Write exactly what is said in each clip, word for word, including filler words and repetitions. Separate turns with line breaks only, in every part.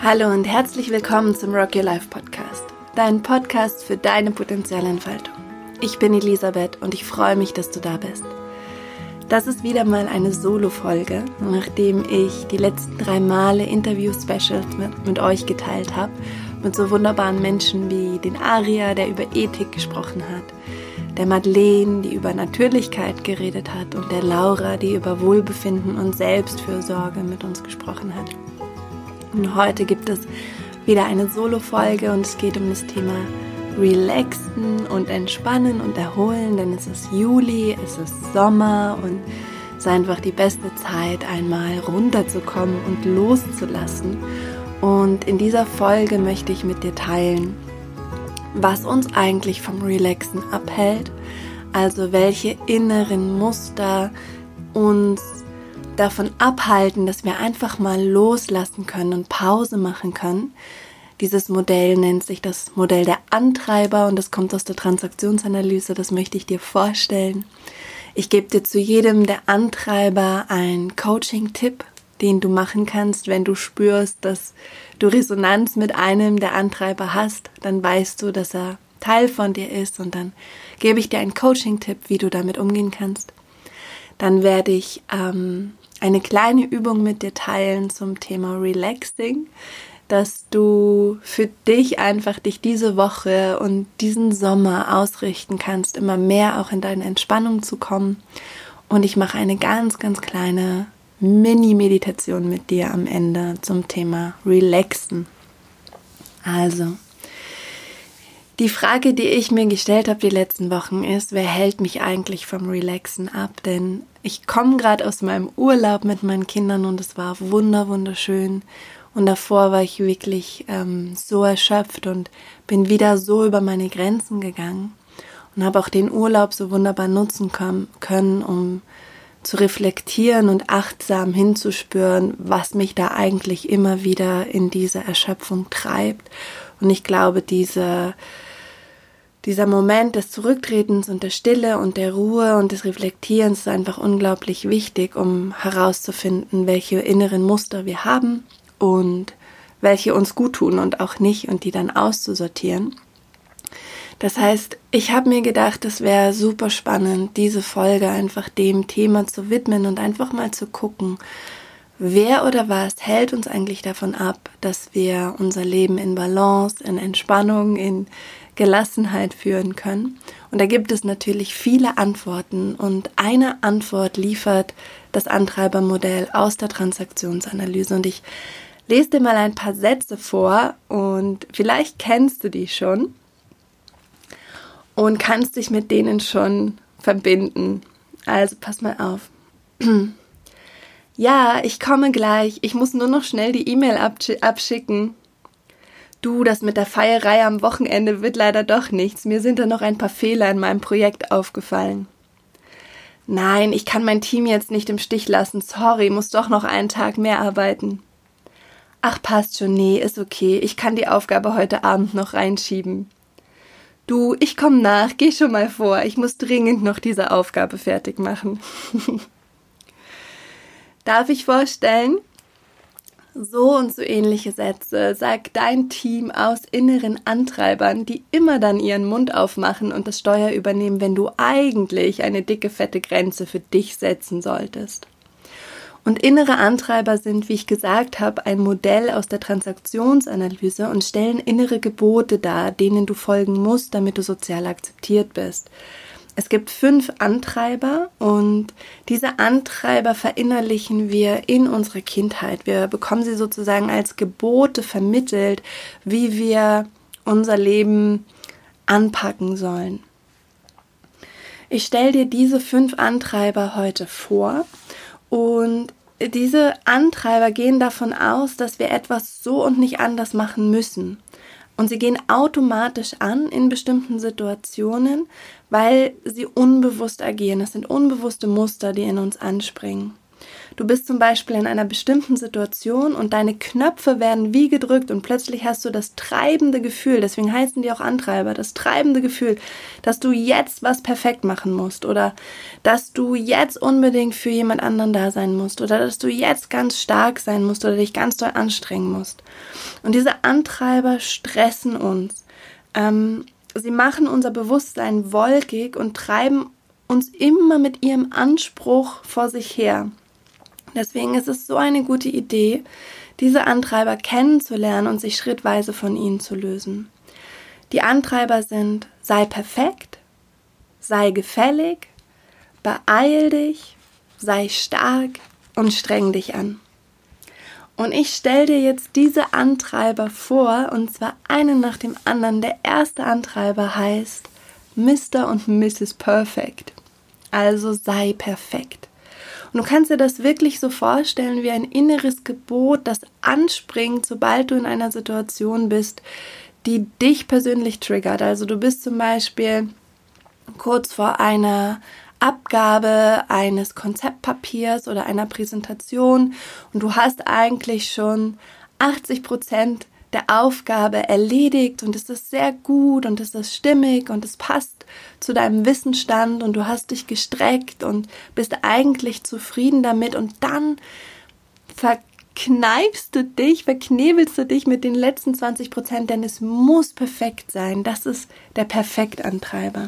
Hallo und herzlich willkommen zum Rock Your Life Podcast, dein Podcast für deine Potenzialentfaltung. Ich bin Elisabeth und ich freue mich, dass du da bist. Das ist wieder mal eine Solo-Folge, nachdem ich die letzten drei Male Interview-Specials mit, mit euch geteilt habe, mit so wunderbaren Menschen wie den Aria, der über Ethik gesprochen hat, der Madeleine, die über Natürlichkeit geredet hat und der Laura, die über Wohlbefinden und Selbstfürsorge mit uns gesprochen hat. Und heute gibt es wieder eine Solo-Folge und es geht um das Thema Relaxen und Entspannen und Erholen, denn es ist Juli, es ist Sommer und es ist einfach die beste Zeit, einmal runterzukommen und loszulassen. Und in dieser Folge möchte ich mit dir teilen, was uns eigentlich vom Relaxen abhält, also welche inneren Muster uns davon abhalten, dass wir einfach mal loslassen können und Pause machen können. Dieses Modell nennt sich das Modell der Antreiber und das kommt aus der Transaktionsanalyse, das möchte ich dir vorstellen. Ich gebe dir zu jedem der Antreiber einen Coaching-Tipp, den du machen kannst, wenn du spürst, dass du Resonanz mit einem der Antreiber hast, dann weißt du, dass er Teil von dir ist und dann gebe ich dir einen Coaching-Tipp, wie du damit umgehen kannst. Dann werde ich ähm, eine kleine Übung mit dir teilen zum Thema Relaxing, dass du für dich einfach dich diese Woche und diesen Sommer ausrichten kannst, immer mehr auch in deine Entspannung zu kommen. Und ich mache eine ganz, ganz kleine Mini-Meditation mit dir am Ende zum Thema Relaxen. Also, die Frage, die ich mir gestellt habe die letzten Wochen ist, wer hält mich eigentlich vom Relaxen ab? Denn ich komme gerade aus meinem Urlaub mit meinen Kindern und es war wunder, wunderschön. Und davor war ich wirklich ähm, so erschöpft und bin wieder so über meine Grenzen gegangen und habe auch den Urlaub so wunderbar nutzen können, um zu reflektieren und achtsam hinzuspüren, was mich da eigentlich immer wieder in diese Erschöpfung treibt. Und ich glaube, diese, dieser Moment des Zurücktretens und der Stille und der Ruhe und des Reflektierens ist einfach unglaublich wichtig, um herauszufinden, welche inneren Muster wir haben und welche uns gut tun und auch nicht und die dann auszusortieren. Das heißt, ich habe mir gedacht, es wäre super spannend, diese Folge einfach dem Thema zu widmen und einfach mal zu gucken, wer oder was hält uns eigentlich davon ab, dass wir unser Leben in Balance, in Entspannung, in Gelassenheit führen können. Und da gibt es natürlich viele Antworten und eine Antwort liefert das Antreibermodell aus der Transaktionsanalyse. Und ich lese dir mal ein paar Sätze vor und vielleicht kennst du die schon und kannst dich mit denen schon verbinden. Also pass mal auf. Ja, ich komme gleich. Ich muss nur noch schnell die E-Mail absch- abschicken. Du, das mit der Feierei am Wochenende wird leider doch nichts. Mir sind da noch ein paar Fehler in meinem Projekt aufgefallen. Nein, ich kann mein Team jetzt nicht im Stich lassen. Sorry, muss doch noch einen Tag mehr arbeiten. Ach, passt schon. Nee, ist okay. Ich kann die Aufgabe heute Abend noch reinschieben. Du, ich komme nach. Geh schon mal vor. Ich muss dringend noch diese Aufgabe fertig machen. Darf ich vorstellen? So und so ähnliche Sätze sagt dein Team aus inneren Antreibern, die immer dann ihren Mund aufmachen und das Steuer übernehmen, wenn du eigentlich eine dicke, fette Grenze für dich setzen solltest. Und innere Antreiber sind, wie ich gesagt habe, ein Modell aus der Transaktionsanalyse und stellen innere Gebote dar, denen du folgen musst, damit du sozial akzeptiert bist. Es gibt fünf Antreiber und diese Antreiber verinnerlichen wir in unserer Kindheit. Wir bekommen sie sozusagen als Gebote vermittelt, wie wir unser Leben anpacken sollen. Ich stelle dir diese fünf Antreiber heute vor und diese Antreiber gehen davon aus, dass wir etwas so und nicht anders machen müssen. Und sie gehen automatisch an in bestimmten Situationen, weil sie unbewusst agieren. Das sind unbewusste Muster, die in uns anspringen. Du bist zum Beispiel in einer bestimmten Situation und deine Knöpfe werden wie gedrückt und plötzlich hast du das treibende Gefühl, deswegen heißen die auch Antreiber, das treibende Gefühl, dass du jetzt was perfekt machen musst oder dass du jetzt unbedingt für jemand anderen da sein musst oder dass du jetzt ganz stark sein musst oder dich ganz doll anstrengen musst. Und diese Antreiber stressen uns. Ähm, sie machen unser Bewusstsein wolkig und treiben uns immer mit ihrem Anspruch vor sich her. Deswegen ist es so eine gute Idee, diese Antreiber kennenzulernen und sich schrittweise von ihnen zu lösen. Die Antreiber sind: sei perfekt, sei gefällig, beeil dich, sei stark und streng dich an. Und ich stelle dir jetzt diese Antreiber vor, und zwar einen nach dem anderen. Der erste Antreiber heißt Mister und Misses Perfect, also sei perfekt. Und du kannst dir das wirklich so vorstellen wie ein inneres Gebot, das anspringt, sobald du in einer Situation bist, die dich persönlich triggert. Also du bist zum Beispiel kurz vor einer Abgabe eines Konzeptpapiers oder einer Präsentation und du hast eigentlich schon achtzig Prozent der Aufgabe erledigt und es ist sehr gut und es ist stimmig und es passt zu deinem Wissensstand und du hast dich gestreckt und bist eigentlich zufrieden damit und dann verkneifst du dich, verknebelst du dich mit den letzten zwanzig Prozent, denn es muss perfekt sein. Das ist der Perfektantreiber.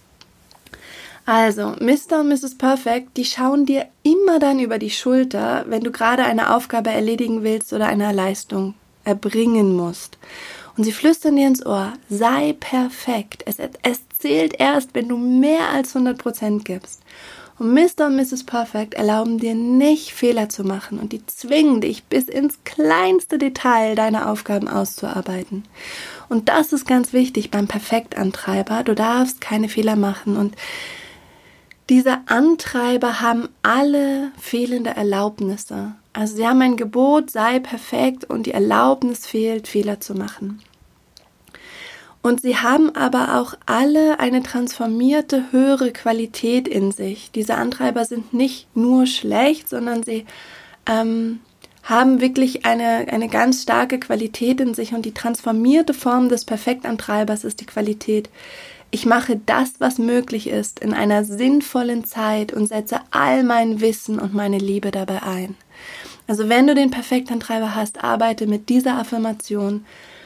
Also, Mister und Misses Perfect, die schauen dir immer dann über die Schulter, wenn du gerade eine Aufgabe erledigen willst oder eine Leistung erbringen musst. Und sie flüstern dir ins Ohr: sei perfekt. Es, es zählt erst, wenn du mehr als hundert Prozent gibst. Und Mister und Misses Perfect erlauben dir nicht, Fehler zu machen und die zwingen dich bis ins kleinste Detail deine Aufgaben auszuarbeiten. Und das ist ganz wichtig beim Perfektantreiber. Du darfst keine Fehler machen und diese Antreiber haben alle fehlende Erlaubnisse. Also sie haben ein Gebot, sei perfekt, und die Erlaubnis fehlt, Fehler zu machen. Und sie haben aber auch alle eine transformierte, höhere Qualität in sich. Diese Antreiber sind nicht nur schlecht, sondern sie ähm, haben wirklich eine, eine ganz starke Qualität in sich. Und die transformierte Form des Perfektantreibers ist die Qualität: ich mache das, was möglich ist, in einer sinnvollen Zeit und setze all mein Wissen und meine Liebe dabei ein. Also wenn du den Perfektantreiber hast, arbeite mit dieser Affirmation: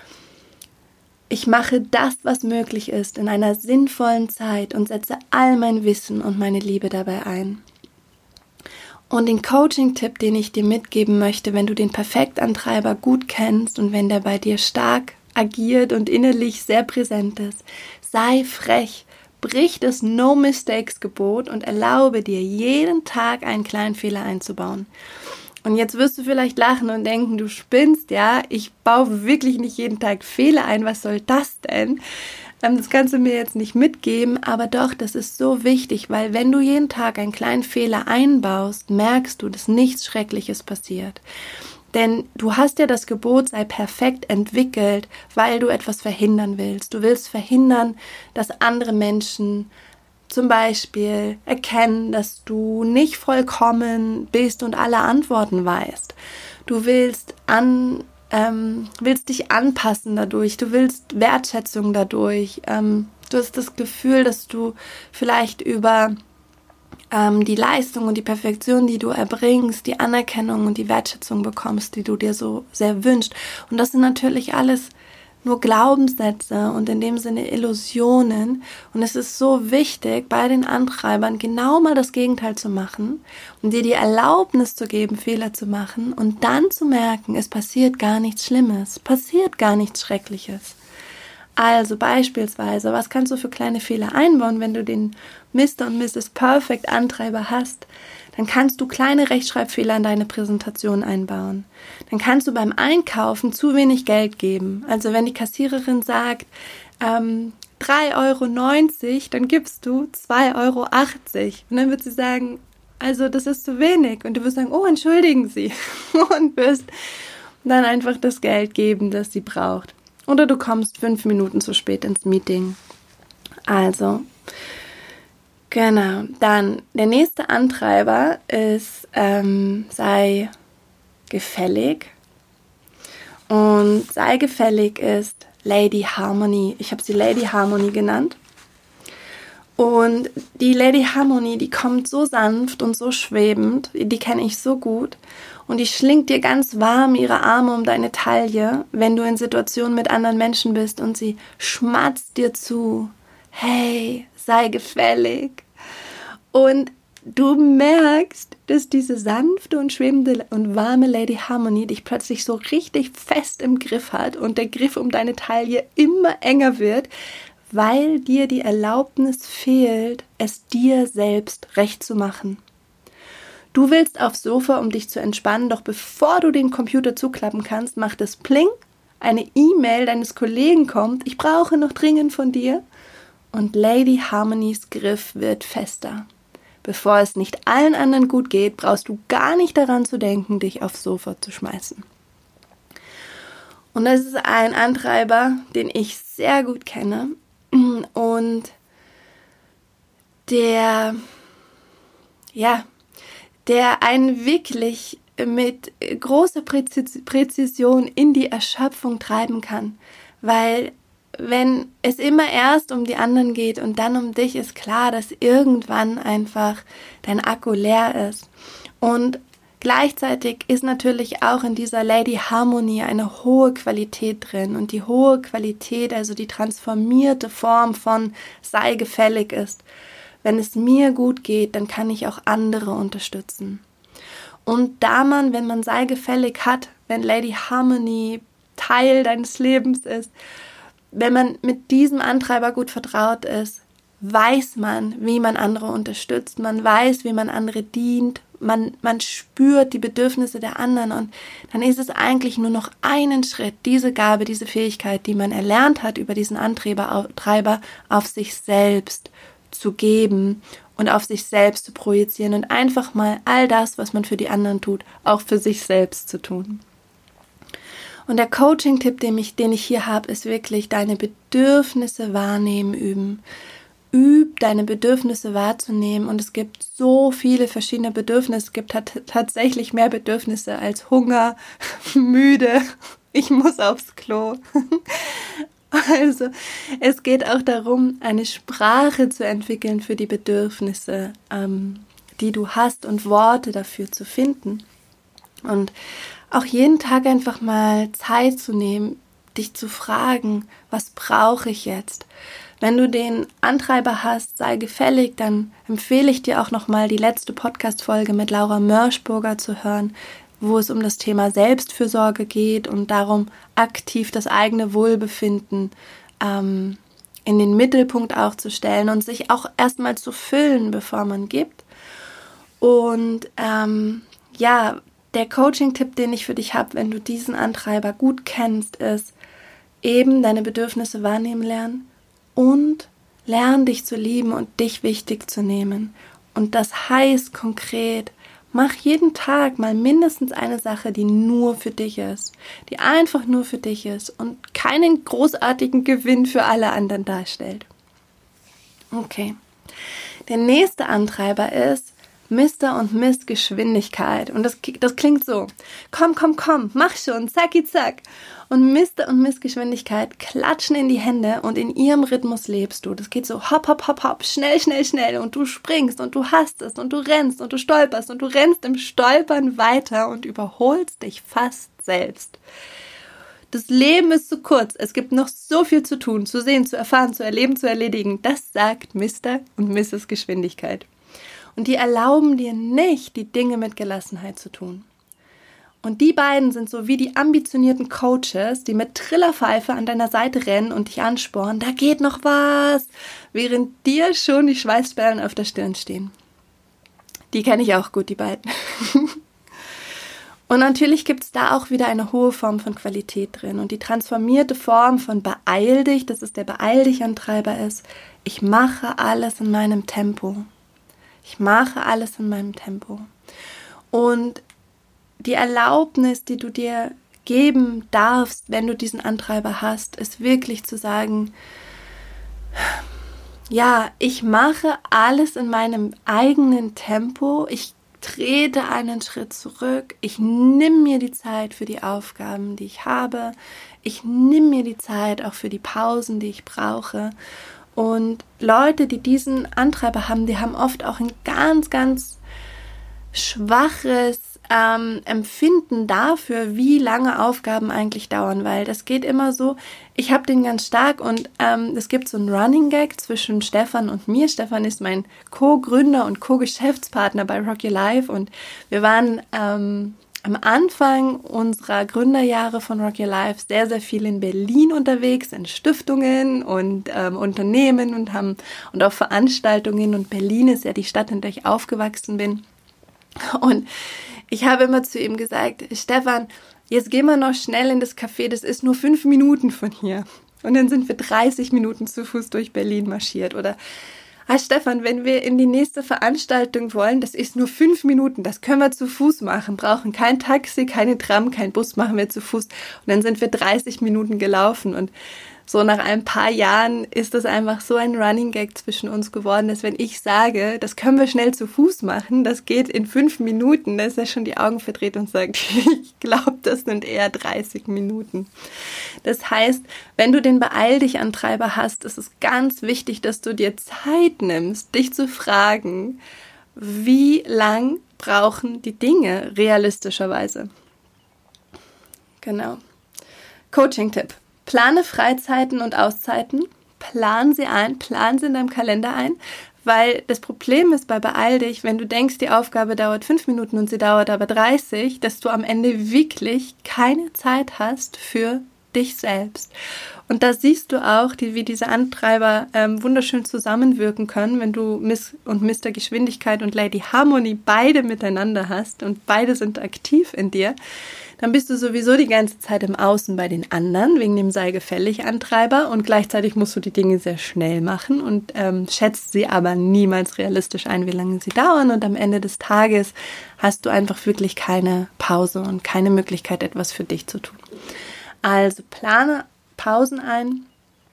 ich mache das, was möglich ist, in einer sinnvollen Zeit und setze all mein Wissen und meine Liebe dabei ein. Und den Coaching-Tipp, den ich dir mitgeben möchte, wenn du den Perfektantreiber gut kennst und wenn der bei dir stark agiert und innerlich sehr präsent ist: sei frech, brich das No-Mistakes-Gebot und erlaube dir, jeden Tag einen kleinen Fehler einzubauen. Und jetzt wirst du vielleicht lachen und denken, du spinnst, ja, ich baue wirklich nicht jeden Tag Fehler ein, was soll das denn? Das kannst du mir jetzt nicht mitgeben, aber doch, das ist so wichtig, weil wenn du jeden Tag einen kleinen Fehler einbaust, merkst du, dass nichts Schreckliches passiert. Denn du hast ja das Gebot, sei perfekt, entwickelt, weil du etwas verhindern willst. Du willst verhindern, dass andere Menschen zum Beispiel erkennen, dass du nicht vollkommen bist und alle Antworten weißt. Du willst, an, ähm, willst dich anpassen dadurch, du willst Wertschätzung dadurch. Ähm, du hast das Gefühl, dass du vielleicht über ähm, die Leistung und die Perfektion, die du erbringst, die Anerkennung und die Wertschätzung bekommst, die du dir so sehr wünschst. Und das sind natürlich alles nur Glaubenssätze und in dem Sinne Illusionen. Und es ist so wichtig, bei den Antreibern genau mal das Gegenteil zu machen und dir die Erlaubnis zu geben, Fehler zu machen und dann zu merken, es passiert gar nichts Schlimmes, passiert gar nichts Schreckliches. Also beispielsweise, was kannst du für kleine Fehler einbauen, wenn du den Mister und Misses Perfect Antreiber hast? Dann kannst du kleine Rechtschreibfehler in deine Präsentation einbauen. Dann kannst du beim Einkaufen zu wenig Geld geben. Also wenn die Kassiererin sagt, ähm, drei Euro neunzig, dann gibst du zwei Euro achtzig. Und dann wird sie sagen, also das ist zu wenig. Und du wirst sagen, oh, entschuldigen Sie. Und wirst dann einfach das Geld geben, das sie braucht. Oder du kommst fünf Minuten zu spät ins Meeting. Also Genau, dann der nächste Antreiber ist, ähm, sei gefällig. Und sei gefällig ist Lady Harmony. Ich habe sie Lady Harmony genannt. Und die Lady Harmony, die kommt so sanft und so schwebend, die kenne ich so gut. Und die schlingt dir ganz warm ihre Arme um deine Taille, wenn du in Situationen mit anderen Menschen bist und sie schmatzt dir zu. Hey, sei gefällig. Und du merkst, dass diese sanfte und schwebende und warme Lady Harmony dich plötzlich so richtig fest im Griff hat und der Griff um deine Taille immer enger wird, weil dir die Erlaubnis fehlt, es dir selbst recht zu machen. Du willst aufs Sofa, um dich zu entspannen, doch bevor du den Computer zuklappen kannst, macht es Pling, eine E-Mail deines Kollegen kommt, ich brauche noch dringend von dir, und Lady Harmonys Griff wird fester. Bevor es nicht allen anderen gut geht, brauchst du gar nicht daran zu denken, dich aufs Sofa zu schmeißen. Und das ist ein Antreiber, den ich sehr gut kenne und der, ja, der einen wirklich mit großer Präzis- Präzision in die Erschöpfung treiben kann, weil wenn es immer erst um die anderen geht und dann um dich, ist klar, dass irgendwann einfach dein Akku leer ist. Und gleichzeitig ist natürlich auch in dieser Lady Harmony eine hohe Qualität drin. Und die hohe Qualität, also die transformierte Form von sei gefällig ist. Wenn es mir gut geht, dann kann ich auch andere unterstützen. Und da man, wenn man sei gefällig hat, wenn Lady Harmony Teil deines Lebens ist, wenn man mit diesem Antreiber gut vertraut ist, weiß man, wie man andere unterstützt, man weiß, wie man andere dient, man, man spürt die Bedürfnisse der anderen und dann ist es eigentlich nur noch einen Schritt, diese Gabe, diese Fähigkeit, die man erlernt hat, über diesen Antreiber Treiber auf sich selbst zu geben und auf sich selbst zu projizieren und einfach mal all das, was man für die anderen tut, auch für sich selbst zu tun. Und der Coaching-Tipp, den ich, den ich hier habe, ist wirklich deine Bedürfnisse wahrnehmen üben. Üb, deine Bedürfnisse wahrzunehmen. Und es gibt so viele verschiedene Bedürfnisse. Es gibt t- tatsächlich mehr Bedürfnisse als Hunger, müde, ich muss aufs Klo. Also es geht auch darum, eine Sprache zu entwickeln für die Bedürfnisse, ähm, die du hast und Worte dafür zu finden. Und auch jeden Tag einfach mal Zeit zu nehmen, dich zu fragen, was brauche ich jetzt? Wenn du den Antreiber hast, sei gefällig, dann empfehle ich dir auch nochmal die letzte Podcast-Folge mit Laura Mörschburger zu hören, wo es um das Thema Selbstfürsorge geht und darum, aktiv das eigene Wohlbefinden ähm, in den Mittelpunkt auch zu stellen und sich auch erstmal zu füllen, bevor man gibt. Und ähm, ja, der Coaching-Tipp, den ich für dich habe, wenn du diesen Antreiber gut kennst, ist eben deine Bedürfnisse wahrnehmen lernen und lernen, dich zu lieben und dich wichtig zu nehmen. Und das heißt konkret, mach jeden Tag mal mindestens eine Sache, die nur für dich ist, die einfach nur für dich ist und keinen großartigen Gewinn für alle anderen darstellt. Okay. Der nächste Antreiber ist Mister und Miss Geschwindigkeit. Und das, das klingt so. Komm, komm, komm, mach schon, zacki, zack. Und Mister und Miss Geschwindigkeit klatschen in die Hände und in ihrem Rhythmus lebst du. Das geht so hopp, hopp, hopp, hopp, schnell, schnell, schnell. Und du springst und du hast es und du rennst und du stolperst und du rennst im Stolpern weiter und überholst dich fast selbst. Das Leben ist zu kurz. Es gibt noch so viel zu tun, zu sehen, zu erfahren, zu erleben, zu erledigen. Das sagt Mister und Misses Geschwindigkeit. Und die erlauben dir nicht, die Dinge mit Gelassenheit zu tun. Und die beiden sind so wie die ambitionierten Coaches, die mit Trillerpfeife an deiner Seite rennen und dich anspornen, da geht noch was, während dir schon die Schweißperlen auf der Stirn stehen. Die kenne ich auch gut, die beiden. Und natürlich gibt es da auch wieder eine hohe Form von Qualität drin. Und die transformierte Form von beeil dich, das ist der beeil dich Antreiber ist, ich mache alles in meinem Tempo. Ich mache alles in meinem Tempo. Und die Erlaubnis, die du dir geben darfst, wenn du diesen Antreiber hast, ist wirklich zu sagen, ja, ich mache alles in meinem eigenen Tempo. Ich trete einen Schritt zurück. Ich nehme mir die Zeit für die Aufgaben, die ich habe. Ich nehme mir die Zeit auch für die Pausen, die ich brauche. Und Leute, die diesen Antreiber haben, die haben oft auch ein ganz, ganz schwaches ähm, Empfinden dafür, wie lange Aufgaben eigentlich dauern, weil das geht immer so, ich habe den ganz stark und ähm, es gibt so einen Running Gag zwischen Stefan und mir. Stefan ist mein Co-Gründer und Co-Geschäftspartner bei Rock Your Life und wir waren ähm, am Anfang unserer Gründerjahre von Rock Your Life sehr, sehr viel in Berlin unterwegs, in Stiftungen und ähm, Unternehmen und haben und auf Veranstaltungen, und Berlin ist ja die Stadt, in der ich aufgewachsen bin. Und ich habe immer zu ihm gesagt, Stefan, jetzt gehen wir noch schnell in das Café, das ist nur fünf Minuten von hier. Und dann sind wir dreißig Minuten zu Fuß durch Berlin marschiert. Oder, ah Stefan, wenn wir in die nächste Veranstaltung wollen, das ist nur fünf Minuten, das können wir zu Fuß machen, brauchen kein Taxi, keine Tram, kein Bus, machen wir zu Fuß. Und dann sind wir dreißig Minuten gelaufen und so nach ein paar Jahren ist das einfach so ein Running Gag zwischen uns geworden, dass wenn ich sage, das können wir schnell zu Fuß machen, das geht in fünf Minuten, da ist er schon die Augen verdreht und sagt, ich glaube, das sind eher dreißig Minuten. Das heißt, wenn du den Beeil-dich-Antreiber hast, ist es ganz wichtig, dass du dir Zeit nimmst, dich zu fragen, wie lang brauchen die Dinge realistischerweise. Genau. Coaching-Tipp. Plane Freizeiten und Auszeiten, plan sie ein, plan sie in deinem Kalender ein, weil das Problem ist bei Beeil dich, wenn du denkst, die Aufgabe dauert fünf Minuten und sie dauert aber dreißig, dass du am Ende wirklich keine Zeit hast für dich selbst. Und da siehst du auch, die, wie diese Antreiber ähm, wunderschön zusammenwirken können, wenn du Miss und Mister Geschwindigkeit und Lady Harmony beide miteinander hast und beide sind aktiv in dir, dann bist du sowieso die ganze Zeit im Außen bei den anderen, wegen dem Sei-gefällig-Antreiber und gleichzeitig musst du die Dinge sehr schnell machen und ähm, schätzt sie aber niemals realistisch ein, wie lange sie dauern und am Ende des Tages hast du einfach wirklich keine Pause und keine Möglichkeit, etwas für dich zu tun. Also plane Pausen ein,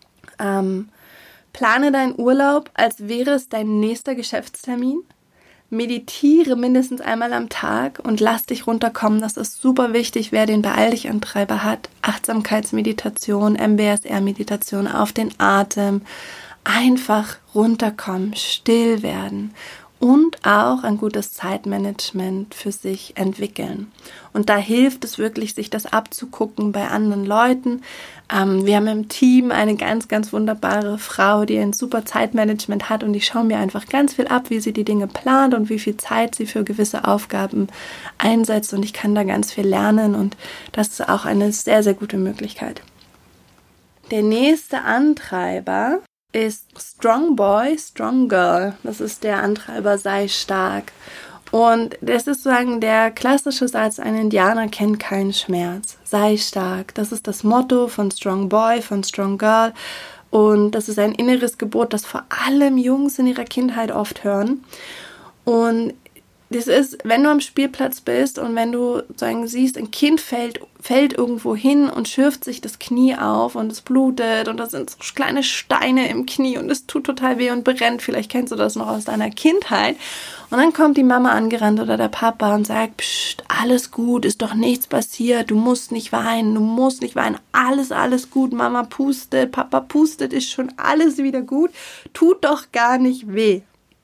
ähm, plane deinen Urlaub, als wäre es dein nächster Geschäftstermin. Meditiere mindestens einmal am Tag und lass dich runterkommen. Das ist super wichtig, wer den Beeil-dich-Antreiber hat. Achtsamkeitsmeditation, M B S R-Meditation auf den Atem. Einfach runterkommen, still werden und auch ein gutes Zeitmanagement für sich entwickeln. Und da hilft es wirklich, sich das abzugucken bei anderen Leuten. Ähm, wir haben im Team eine ganz, ganz wunderbare Frau, die ein super Zeitmanagement hat und ich schaue mir einfach ganz viel ab, wie sie die Dinge plant und wie viel Zeit sie für gewisse Aufgaben einsetzt und ich kann da ganz viel lernen und das ist auch eine sehr, sehr gute Möglichkeit. Der nächste Antreiber ist Strong Boy, Strong Girl. Das ist der Antreiber, sei stark. Und das ist sozusagen der klassische Satz, ein Indianer kennt keinen Schmerz. Sei stark. Das ist das Motto von Strong Boy, von Strong Girl. Und das ist ein inneres Gebot, das vor allem Jungs in ihrer Kindheit oft hören. Und das ist, wenn du am Spielplatz bist und wenn du sozusagen siehst, ein Kind fällt, fällt irgendwo hin und schürft sich das Knie auf und es blutet und da sind so kleine Steine im Knie und es tut total weh und brennt. Vielleicht kennst du das noch aus deiner Kindheit. Und dann kommt die Mama angerannt oder der Papa und sagt, Psst, alles gut, ist doch nichts passiert, du musst nicht weinen, du musst nicht weinen, alles, alles gut, Mama pustet, Papa pustet, ist schon alles wieder gut, tut doch gar nicht weh.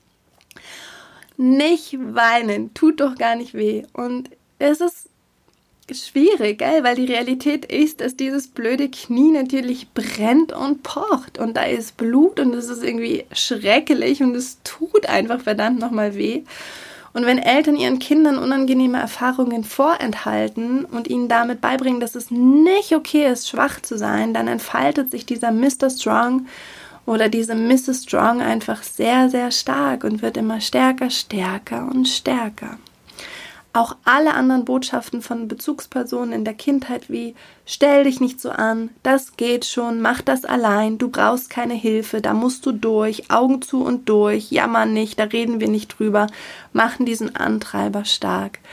Nicht weinen, tut doch gar nicht weh. Und es ist schwierig, gell? Weil die Realität ist, dass dieses blöde Knie natürlich brennt und pocht. Und da ist Blut und es ist irgendwie schrecklich und es tut einfach verdammt nochmal weh. Und wenn Eltern ihren Kindern unangenehme Erfahrungen vorenthalten und ihnen damit beibringen, dass es nicht okay ist, schwach zu sein, dann entfaltet sich dieser Mister Strong oder diese Misses Strong einfach sehr, sehr stark und wird immer stärker, stärker und stärker. Auch alle anderen Botschaften von Bezugspersonen in der Kindheit wie stell dich nicht so an, das geht schon, mach das allein, du brauchst keine Hilfe, da musst du durch, Augen zu und durch, jammer nicht, da reden wir nicht drüber, machen diesen Antreiber stark.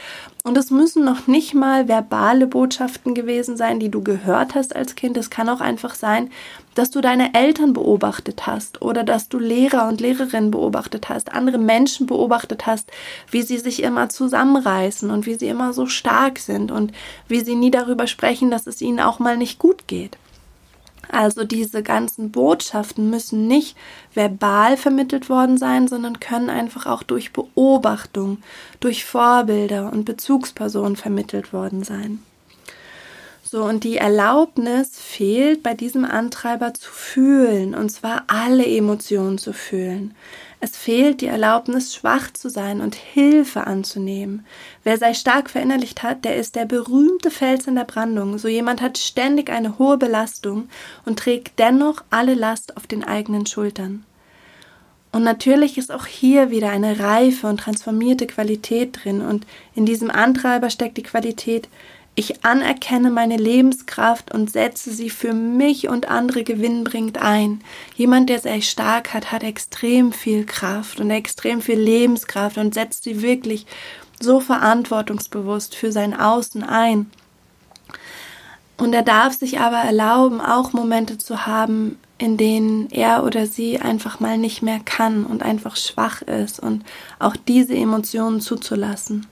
Und es müssen noch nicht mal verbale Botschaften gewesen sein, die du gehört hast als Kind. Es kann auch einfach sein, dass du deine Eltern beobachtet hast oder dass du Lehrer und Lehrerinnen beobachtet hast, andere Menschen beobachtet hast, wie sie sich immer zusammenreißen und wie sie immer so stark sind und wie sie nie darüber sprechen, dass es ihnen auch mal nicht gut geht. Also diese ganzen Botschaften müssen nicht verbal vermittelt worden sein, sondern können einfach auch durch Beobachtung, durch Vorbilder und Bezugspersonen vermittelt worden sein. So, und die Erlaubnis fehlt bei diesem Antreiber zu fühlen, und zwar alle Emotionen zu fühlen. Es fehlt die Erlaubnis, schwach zu sein und Hilfe anzunehmen. Wer sei stark verinnerlicht hat, der ist der berühmte Fels in der Brandung. So jemand hat ständig eine hohe Belastung und trägt dennoch alle Last auf den eigenen Schultern. Und natürlich ist auch hier wieder eine reife und transformierte Qualität drin. Und in diesem Antreiber steckt die Qualität: Ich anerkenne meine Lebenskraft und setze sie für mich und andere gewinnbringend ein. Jemand, der sehr stark hat, hat extrem viel Kraft und extrem viel Lebenskraft und setzt sie wirklich so verantwortungsbewusst für sein Außen ein. Und er darf sich aber erlauben, auch Momente zu haben, in denen er oder sie einfach mal nicht mehr kann und einfach schwach ist, und auch diese Emotionen zuzulassen.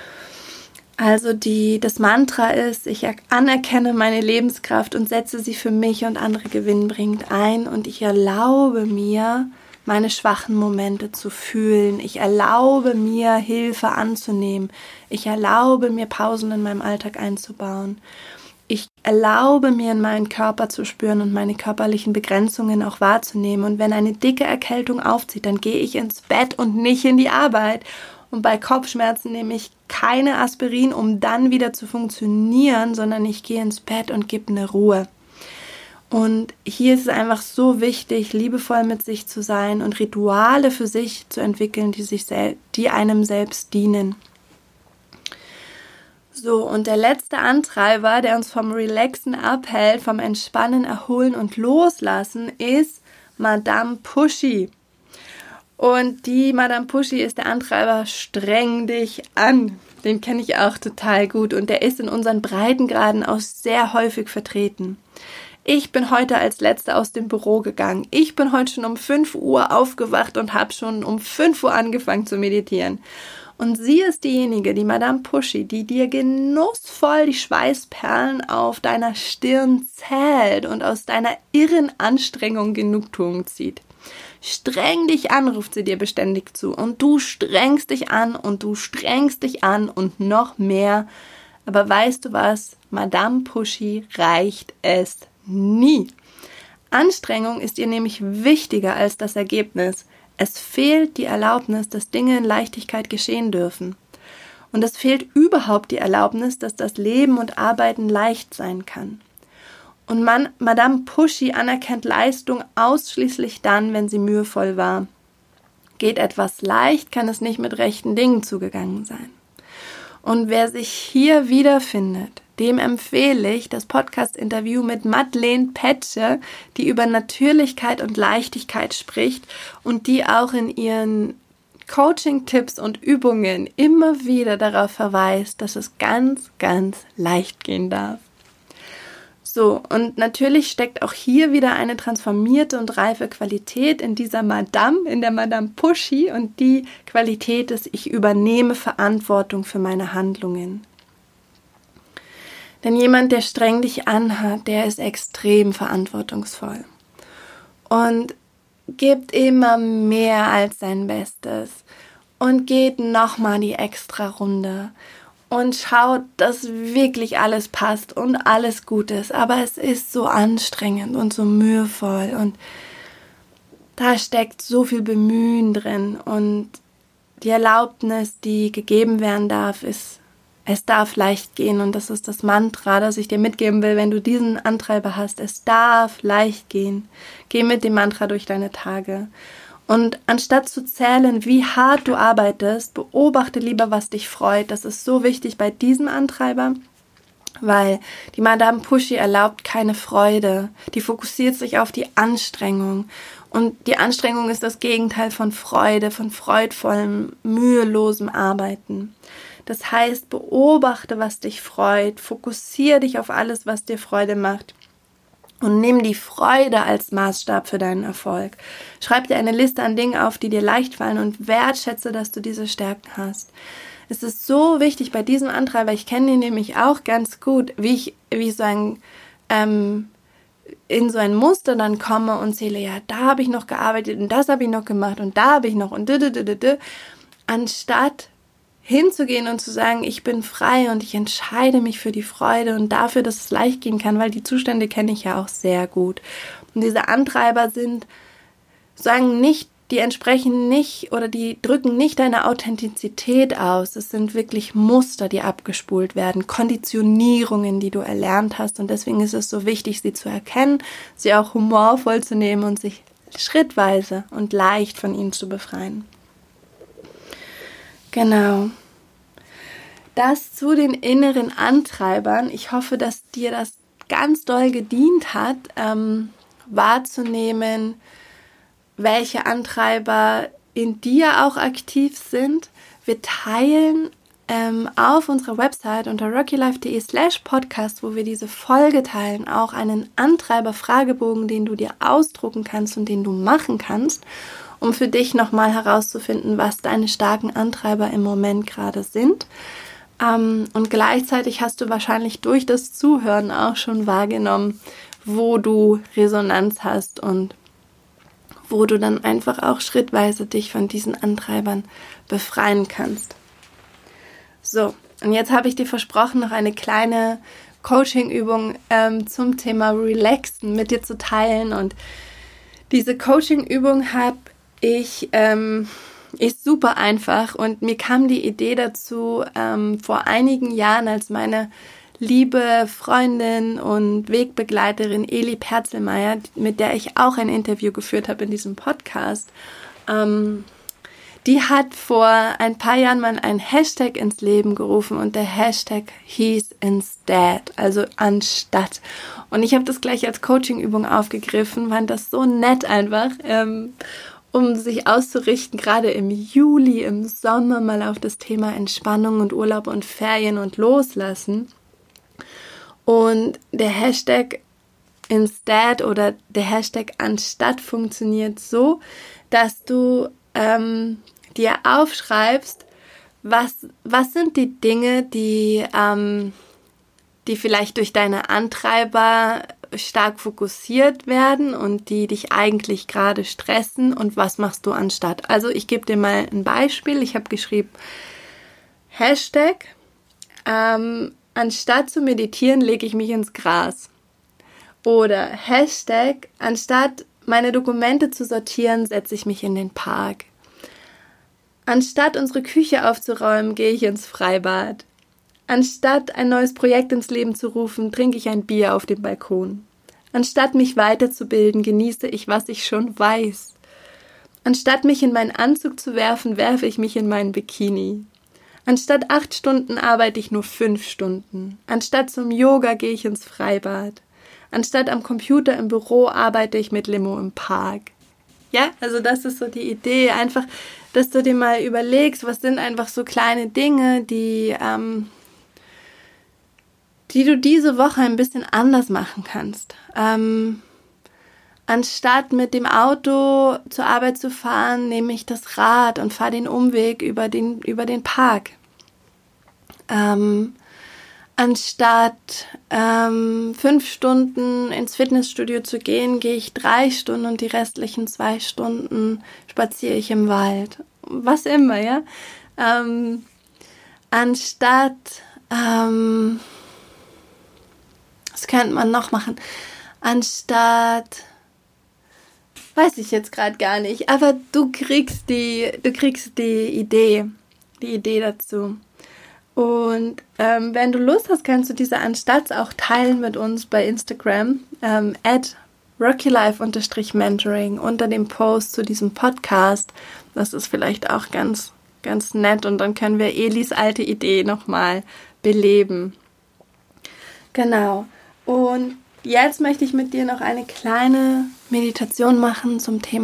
Also die, das Mantra ist: Ich anerkenne meine Lebenskraft und setze sie für mich und andere gewinnbringend ein, und ich erlaube mir, meine schwachen Momente zu fühlen. Ich erlaube mir, Hilfe anzunehmen. Ich erlaube mir, Pausen in meinem Alltag einzubauen. Ich erlaube mir, in meinen Körper zu spüren und meine körperlichen Begrenzungen auch wahrzunehmen. Und wenn eine dicke Erkältung aufzieht, dann gehe ich ins Bett und nicht in die Arbeit. Und bei Kopfschmerzen nehme ich keine Aspirin, um dann wieder zu funktionieren, sondern ich gehe ins Bett und gebe eine Ruhe. Und hier ist es einfach so wichtig, liebevoll mit sich zu sein und Rituale für sich zu entwickeln, die, sich sel- die einem selbst dienen. So, und der letzte Antreiber, der uns vom Relaxen abhält, vom Entspannen, Erholen und Loslassen, ist Madame Pushy. Und die Madame Pushy ist der Antreiber: Streng dich an. Den kenne ich auch total gut und der ist in unseren Breitengraden auch sehr häufig vertreten. Ich bin heute als Letzte aus dem Büro gegangen. Ich bin heute schon um fünf Uhr aufgewacht und habe schon um fünf Uhr angefangen zu meditieren. Und sie ist diejenige, die Madame Pushy, die dir genussvoll die Schweißperlen auf deiner Stirn zählt und aus deiner irren Anstrengung Genugtuung zieht. Streng dich an, ruft sie dir beständig zu. Und du strengst dich an und du strengst dich an und noch mehr. Aber weißt du was? Madame Pushy reicht es nie. Anstrengung ist ihr nämlich wichtiger als das Ergebnis. Es fehlt die Erlaubnis, dass Dinge in Leichtigkeit geschehen dürfen. Und es fehlt überhaupt die Erlaubnis, dass das Leben und Arbeiten leicht sein kann. Und man, Madame Pushy anerkennt Leistung ausschließlich dann, wenn sie mühevoll war. Geht etwas leicht, kann es nicht mit rechten Dingen zugegangen sein. Und wer sich hier wiederfindet, dem empfehle ich das Podcast-Interview mit Madeleine Petsche, die über Natürlichkeit und Leichtigkeit spricht und die auch in ihren Coaching-Tipps und Übungen immer wieder darauf verweist, dass es ganz, ganz leicht gehen darf. So, und natürlich steckt auch hier wieder eine transformierte und reife Qualität in dieser Madame, in der Madame Pushy, und die Qualität ist: Ich übernehme Verantwortung für meine Handlungen. Denn jemand, der streng dich anhat, der ist extrem verantwortungsvoll und gibt immer mehr als sein Bestes und geht nochmal die extra Runde und schaut, dass wirklich alles passt und alles gut ist. Aber es ist so anstrengend und so mühevoll und da steckt so viel Bemühen drin, und die Erlaubnis, die gegeben werden darf, ist: Es darf leicht gehen, und das ist das Mantra, das ich dir mitgeben will, wenn du diesen Antreiber hast. Es darf leicht gehen. Geh mit dem Mantra durch deine Tage. Und anstatt zu zählen, wie hart du arbeitest, beobachte lieber, was dich freut. Das ist so wichtig bei diesem Antreiber, weil die Madame Pushy erlaubt keine Freude. Die fokussiert sich auf die Anstrengung. Und die Anstrengung ist das Gegenteil von Freude, von freudvollem, mühelosem Arbeiten. Das heißt, beobachte, was dich freut, fokussiere dich auf alles, was dir Freude macht. Und nimm die Freude als Maßstab für deinen Erfolg. Schreib dir eine Liste an Dingen auf, die dir leicht fallen und wertschätze, dass du diese Stärken hast. Es ist so wichtig bei diesem Antreiber, ich kenne ihn nämlich auch ganz gut, wie ich, wie ich so ein, ähm, in so ein Muster dann komme und zähle, ja, da habe ich noch gearbeitet und das habe ich noch gemacht und da habe ich noch und dödödödö, anstatt hinzugehen und zu sagen, ich bin frei und ich entscheide mich für die Freude und dafür, dass es leicht gehen kann, weil die Zustände kenne ich ja auch sehr gut. Und diese Antreiber sind, sagen nicht, die entsprechen nicht oder die drücken nicht deine Authentizität aus. Es sind wirklich Muster, die abgespult werden, Konditionierungen, die du erlernt hast. Und deswegen ist es so wichtig, sie zu erkennen, sie auch humorvoll zu nehmen und sich schrittweise und leicht von ihnen zu befreien. Genau. Das zu den inneren Antreibern. Ich hoffe, dass dir das ganz doll gedient hat, ähm, wahrzunehmen, welche Antreiber in dir auch aktiv sind. Wir teilen ähm, auf unserer Website unter rockylife.de slash podcast, wo wir diese Folge teilen, auch einen Antreiber-Fragebogen, den du dir ausdrucken kannst und den du machen kannst, um für dich nochmal herauszufinden, was deine starken Antreiber im Moment gerade sind. Ähm, und gleichzeitig hast du wahrscheinlich durch das Zuhören auch schon wahrgenommen, wo du Resonanz hast und wo du dann einfach auch schrittweise dich von diesen Antreibern befreien kannst. So, und jetzt habe ich dir versprochen, noch eine kleine Coaching-Übung ähm, zum Thema Relaxen mit dir zu teilen. Und diese Coaching-Übung habe ich, ähm, ist super einfach und mir kam die Idee dazu ähm, vor einigen Jahren, als meine liebe Freundin und Wegbegleiterin Eli Perzelmeier, mit der ich auch ein Interview geführt habe in diesem Podcast, ähm, die hat vor ein paar Jahren mal einen Hashtag ins Leben gerufen und der Hashtag hieß instead, also anstatt. Und ich habe das gleich als Coaching-Übung aufgegriffen, fand das so nett einfach, ähm, um sich auszurichten, gerade im Juli, im Sommer mal auf das Thema Entspannung und Urlaub und Ferien und Loslassen. Und der Hashtag instead oder der Hashtag anstatt funktioniert so, dass du ähm, dir aufschreibst, was, was sind die Dinge, die, ähm, die vielleicht durch deine Antreiber stark fokussiert werden und die dich eigentlich gerade stressen und was machst du anstatt. Also ich gebe dir mal ein Beispiel. Ich habe geschrieben, Hashtag, ähm, anstatt zu meditieren, lege ich mich ins Gras. Oder Hashtag, anstatt meine Dokumente zu sortieren, setze ich mich in den Park. Anstatt unsere Küche aufzuräumen, gehe ich ins Freibad. Anstatt ein neues Projekt ins Leben zu rufen, trinke ich ein Bier auf dem Balkon. Anstatt mich weiterzubilden, genieße ich, was ich schon weiß. Anstatt mich in meinen Anzug zu werfen, werfe ich mich in meinen Bikini. Anstatt acht Stunden arbeite ich nur fünf Stunden. Anstatt zum Yoga gehe ich ins Freibad. Anstatt am Computer im Büro arbeite ich mit Limo im Park. Ja, also das ist so die Idee, einfach, dass du dir mal überlegst, was sind einfach so kleine Dinge, die, ähm, die du diese Woche ein bisschen anders machen kannst. Ähm, anstatt mit dem Auto zur Arbeit zu fahren, nehme ich das Rad und fahre den Umweg über den, über den Park. Ähm, anstatt ähm, fünf Stunden ins Fitnessstudio zu gehen, gehe ich drei Stunden und die restlichen zwei Stunden spaziere ich im Wald. Was immer, ja. Ähm, anstatt, ähm, was könnte man noch machen? Anstatt, weiß ich jetzt gerade gar nicht, aber du kriegst die, du kriegst die Idee, die Idee dazu. Und ähm, wenn du Lust hast, kannst du diese Anstatt auch teilen mit uns bei Instagram, ähm, at rockylife-mentoring unter dem Post zu diesem Podcast. Das ist vielleicht auch ganz, ganz nett und dann können wir Elis alte Idee nochmal beleben. Genau. Und jetzt möchte ich mit dir noch eine kleine Meditation machen zum Thema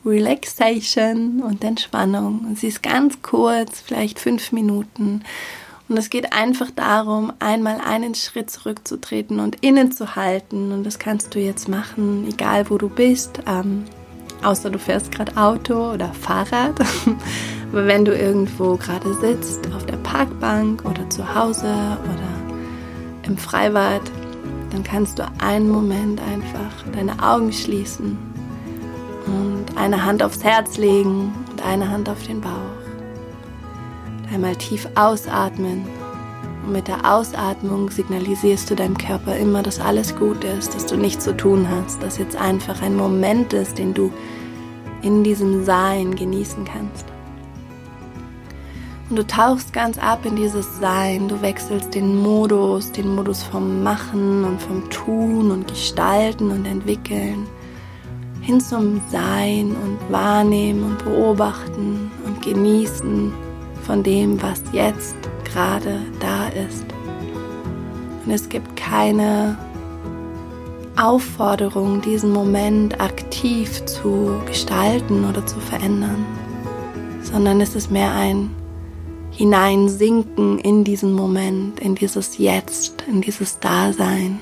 Relaxation und Entspannung. Und sie ist ganz kurz, vielleicht fünf Minuten. Und es geht einfach darum, einmal einen Schritt zurückzutreten und innezuhalten. Und das kannst du jetzt machen, egal wo du bist. Ähm, außer du fährst gerade Auto oder Fahrrad. Aber wenn du irgendwo gerade sitzt, auf der Parkbank oder zu Hause oder im Freibad, dann kannst du einen Moment einfach deine Augen schließen und eine Hand aufs Herz legen und eine Hand auf den Bauch. Einmal tief ausatmen und mit der Ausatmung signalisierst du deinem Körper immer, dass alles gut ist, dass du nichts zu tun hast, dass jetzt einfach ein Moment ist, den du in diesem Sein genießen kannst. Und du tauchst ganz ab in dieses Sein, du wechselst den Modus, den Modus vom Machen und vom Tun und Gestalten und Entwickeln hin zum Sein und Wahrnehmen und Beobachten und Genießen von dem, was jetzt gerade da ist. Und es gibt keine Aufforderung, diesen Moment aktiv zu gestalten oder zu verändern, sondern es ist mehr ein Hineinsinken in diesen Moment, in dieses Jetzt, in dieses Dasein.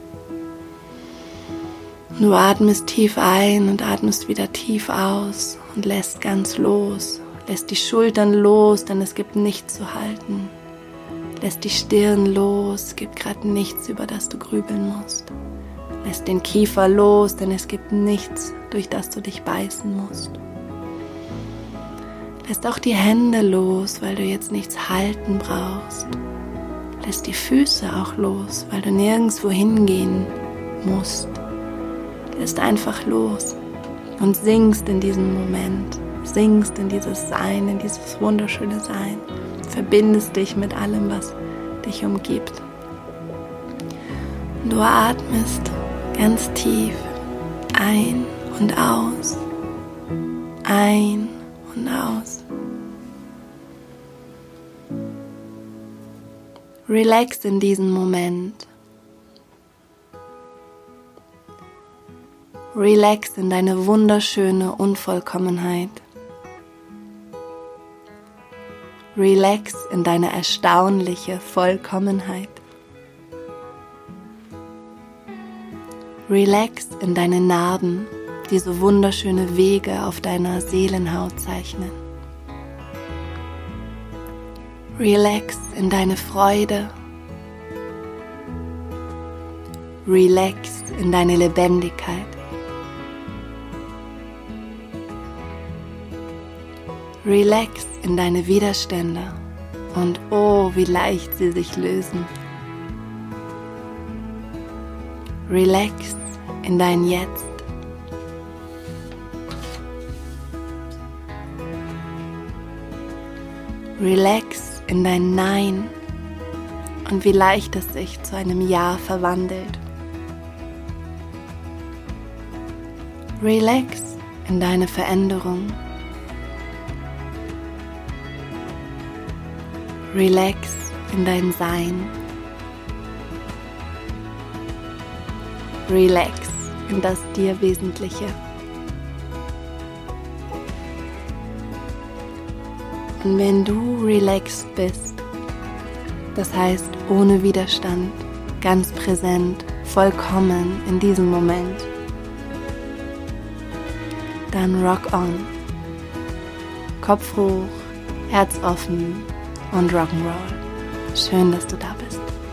Du atmest tief ein und atmest wieder tief aus und lässt ganz los. Lässt die Schultern los, denn es gibt nichts zu halten. Lässt die Stirn los, es gibt gerade nichts, über das du grübeln musst. Lässt den Kiefer los, denn es gibt nichts, durch das du dich beißen musst. Lässt auch die Hände los, weil du jetzt nichts halten brauchst. Lässt die Füße auch los, weil du nirgendwo hingehen musst. Lässt einfach los und singst in diesem Moment. Singst in dieses Sein, in dieses wunderschöne Sein. Verbindest dich mit allem, was dich umgibt. Und du atmest ganz tief ein und aus. Ein und aus. Relax in diesem Moment. Relax in deine wunderschöne Unvollkommenheit. Relax in deine erstaunliche Vollkommenheit. Relax in deine Narben, die so wunderschöne Wege auf deiner Seelenhaut zeichnen. Relax in deine Freude. Relax in deine Lebendigkeit. Relax in deine Widerstände und oh, wie leicht sie sich lösen. Relax in dein Jetzt. Relax in dein Nein und wie leicht es sich zu einem Ja verwandelt. Relax in deine Veränderung. Relax in dein Sein. Relax in das dir Wesentliche. Und wenn du relaxed bist, das heißt ohne Widerstand, ganz präsent, vollkommen in diesem Moment, dann rock on. Kopf hoch, Herz offen und Rock'n'Roll. Schön, dass du da bist.